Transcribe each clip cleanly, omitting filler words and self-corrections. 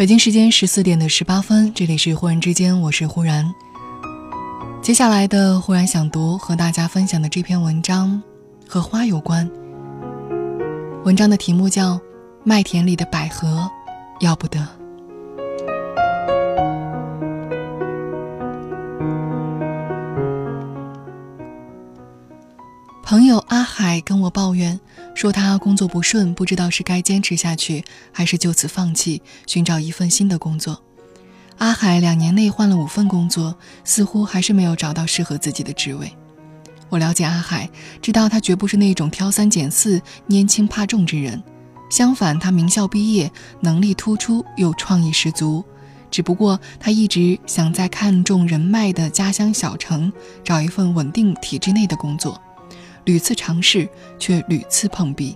北京时间14点18分，这里是忽然之间，我是忽然。接下来的忽然想读和大家分享的这篇文章和花有关。文章的题目叫《麦田里的百合要不得》。朋友阿海跟我抱怨说，他工作不顺，不知道是该坚持下去还是就此放弃，寻找一份新的工作。阿海2年内换了5份工作，似乎还是没有找到适合自己的职位。我了解阿海，知道他绝不是那种挑三拣四、拈轻怕重之人。相反，他名校毕业，能力突出又创意十足。只不过他一直想在看重人脉的家乡小城找一份稳定体制内的工作，屡次尝试，却屡次碰壁。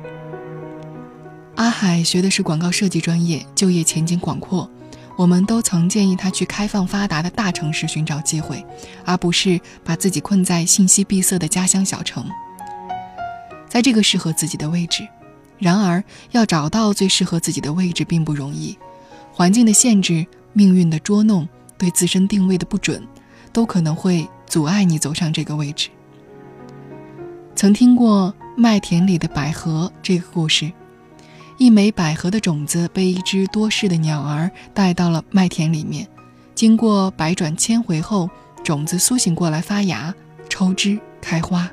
阿海学的是广告设计专业，就业前景广阔。我们都曾建议他去开放发达的大城市寻找机会，而不是把自己困在信息闭塞的家乡小城。在这个适合自己的位置，然而要找到最适合自己的位置并不容易。环境的限制、命运的捉弄、对自身定位的不准，都可能会阻碍你走上这个位置。曾听过麦田里的百合这个故事，一枚百合的种子被一只多事的鸟儿带到了麦田里面，经过百转千回后，种子苏醒过来发芽、抽枝、开花。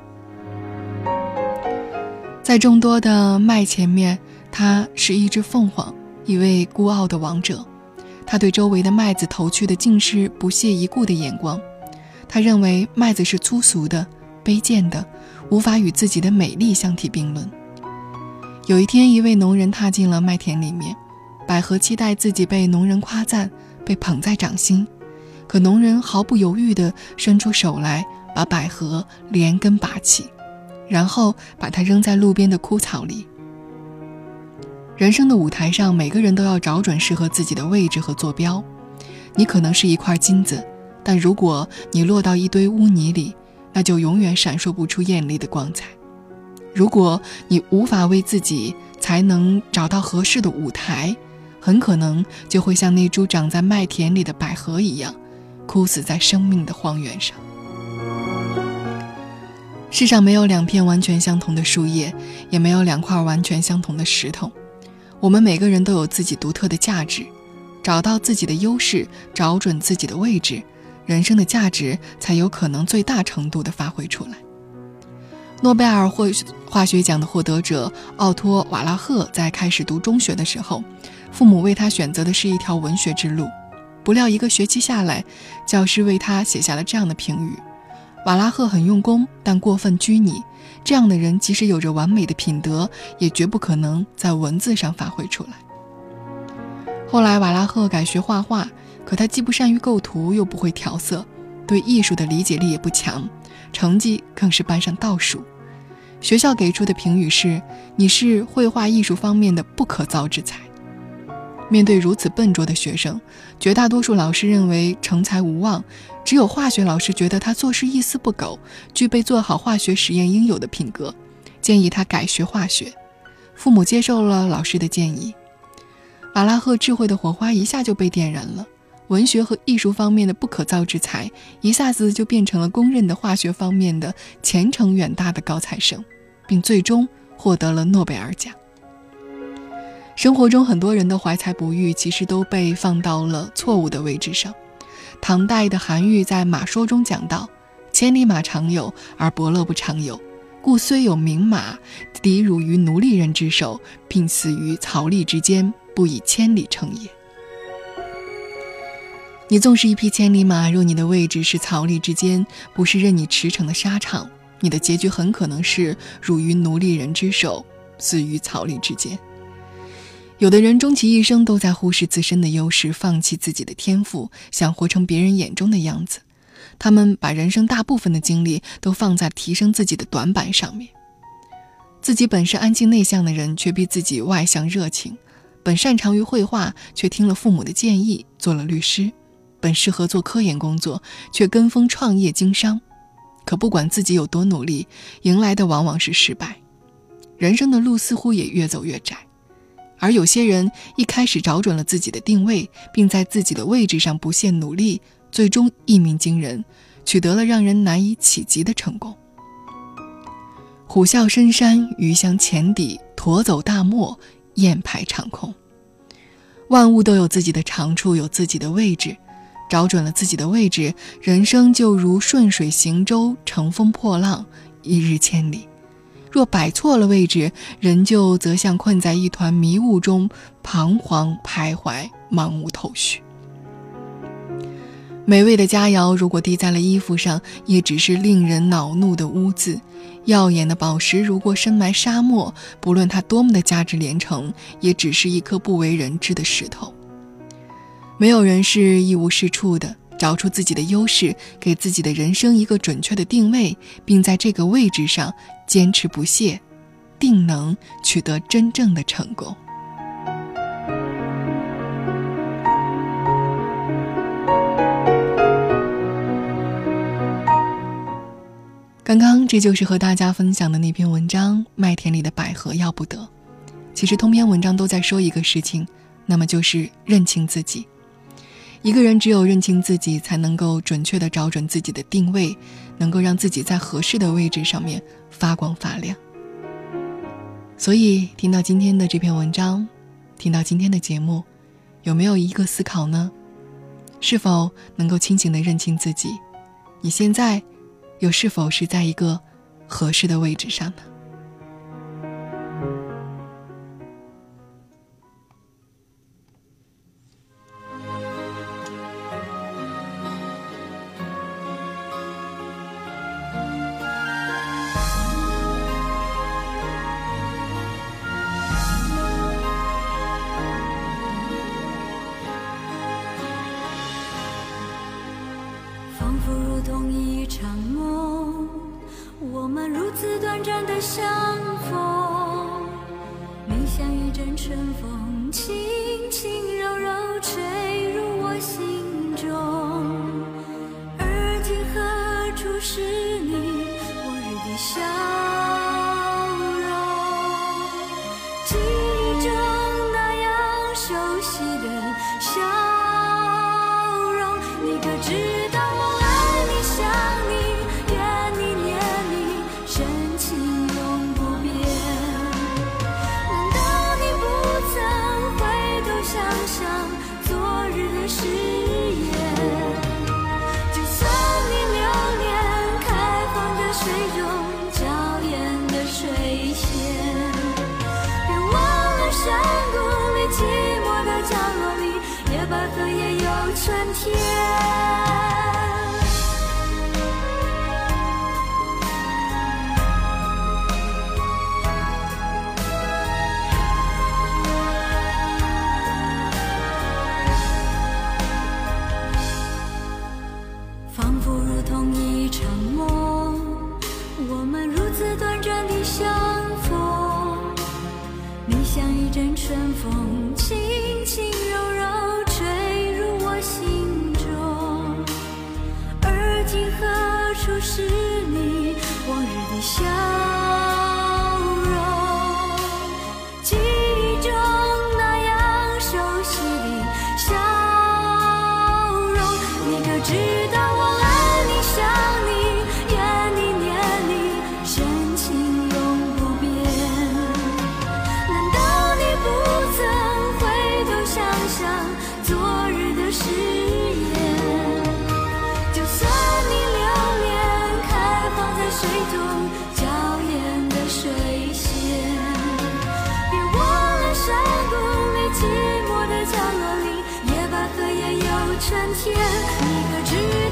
在众多的麦前面，它是一只凤凰，一位孤傲的王者。他对周围的麦子投去的尽是不屑一顾的眼光。他认为麦子是粗俗的、卑贱的，无法与自己的美丽相提并论。有一天，一位农人踏进了麦田里面，百合期待自己被农人夸赞，被捧在掌心。可农人毫不犹豫地伸出手来，把百合连根拔起，然后把它扔在路边的枯草里。人生的舞台上，每个人都要找准适合自己的位置和坐标。你可能是一块金子，但如果你落到一堆污泥里，那就永远闪烁不出艳丽的光彩。如果你无法为自己才能找到合适的舞台，很可能就会像那株长在麦田里的百合一样，枯死在生命的荒原上。世上没有2片完全相同的树叶，也没有2块完全相同的石头。我们每个人都有自己独特的价值，找到自己的优势，找准自己的位置，人生的价值才有可能最大程度地发挥出来。诺贝尔化学奖的获得者奥托·瓦拉赫在开始读中学的时候，父母为他选择的是一条文学之路。不料1个学期下来，教师为他写下了这样的评语：瓦拉赫很用功，但过分拘泥。这样的人即使有着完美的品德，也绝不可能在文字上发挥出来。后来瓦拉赫改学画画，可他既不善于构图，又不会调色，对艺术的理解力也不强，成绩更是班上倒数。学校给出的评语是：你是绘画艺术方面的不可造之才。面对如此笨拙的学生，绝大多数老师认为成才无望，只有化学老师觉得他做事一丝不苟，具备做好化学实验应有的品格，建议他改学化学。父母接受了老师的建议，瓦拉赫智慧的火花一下就被点燃了，文学和艺术方面的不可造之才，一下子就变成了公认的化学方面的前程远大的高材生，并最终获得了诺贝尔奖。生活中很多人的怀才不遇，其实都被放到了错误的位置上。唐代的韩愈在《马说》中讲到：千里马常有，而伯乐不常有，故虽有名马，敌辱于奴隶人之手，并死于曹枥之间，不以千里称也。你纵是一匹千里马，若你的位置是曹枥之间，不是任你驰骋的沙场，你的结局很可能是辱于奴隶人之手，死于曹枥之间。有的人终其一生都在忽视自身的优势，放弃自己的天赋，想活成别人眼中的样子。他们把人生大部分的精力都放在提升自己的短板上面。自己本是安静内向的人，却逼自己外向热情；本擅长于绘画，却听了父母的建议做了律师；本适合做科研工作，却跟风创业经商。可不管自己有多努力，迎来的往往是失败。人生的路似乎也越走越窄。 而有些人一开始找准了自己的定位，并在自己的位置上不懈努力，最终一鸣惊人，取得了让人难以企及的成功。虎啸深山，鱼翔浅底，驼走大漠，雁排长空。万物都有自己的长处，有自己的位置，找准了自己的位置，人生就如顺水行舟，乘风破浪，一日千里。若摆错了位置，人就则像困在一团迷雾中，彷徨徘徊，茫无头绪。美味的佳肴如果滴在了衣服上，也只是令人恼怒的污渍；耀眼的宝石如果深埋沙漠，不论它多么的价值连城，也只是一颗不为人知的石头。没有人是一无是处的，找出自己的优势，给自己的人生一个准确的定位，并在这个位置上坚持不懈，定能取得真正的成功。刚刚这就是和大家分享的那篇文章《麦田里的百合要不得》。其实通篇文章都在说一个事情，那么就是认清自己。一个人只有认清自己，才能够准确地找准自己的定位，能够让自己在合适的位置上面发光发亮。所以听到今天的这篇文章，听到今天的节目，有没有一个思考呢？是否能够清醒地认清自己？你现在又是否是在一个合适的位置上呢？ 仿佛如同一场梦，我们如此短暂的相逢，你像一阵春风，轻轻柔柔吹入我心中。而今何处是你往日的笑容，记忆中那样熟悉的笑容，你可知道春天，仿佛如同一场梦，我们如此短暂的相逢，你像一阵春风，轻轻柔柔心中。而今何处是你往日的笑容，记忆中那样熟悉的笑容，你可知道我爱你想你怨你念你，深情永不变。难道你不曾回头想想昨日的誓言？就算你留恋开放在水中娇艳的水仙，别忘了山谷里寂寞的角落里，野百合也有春天。你可知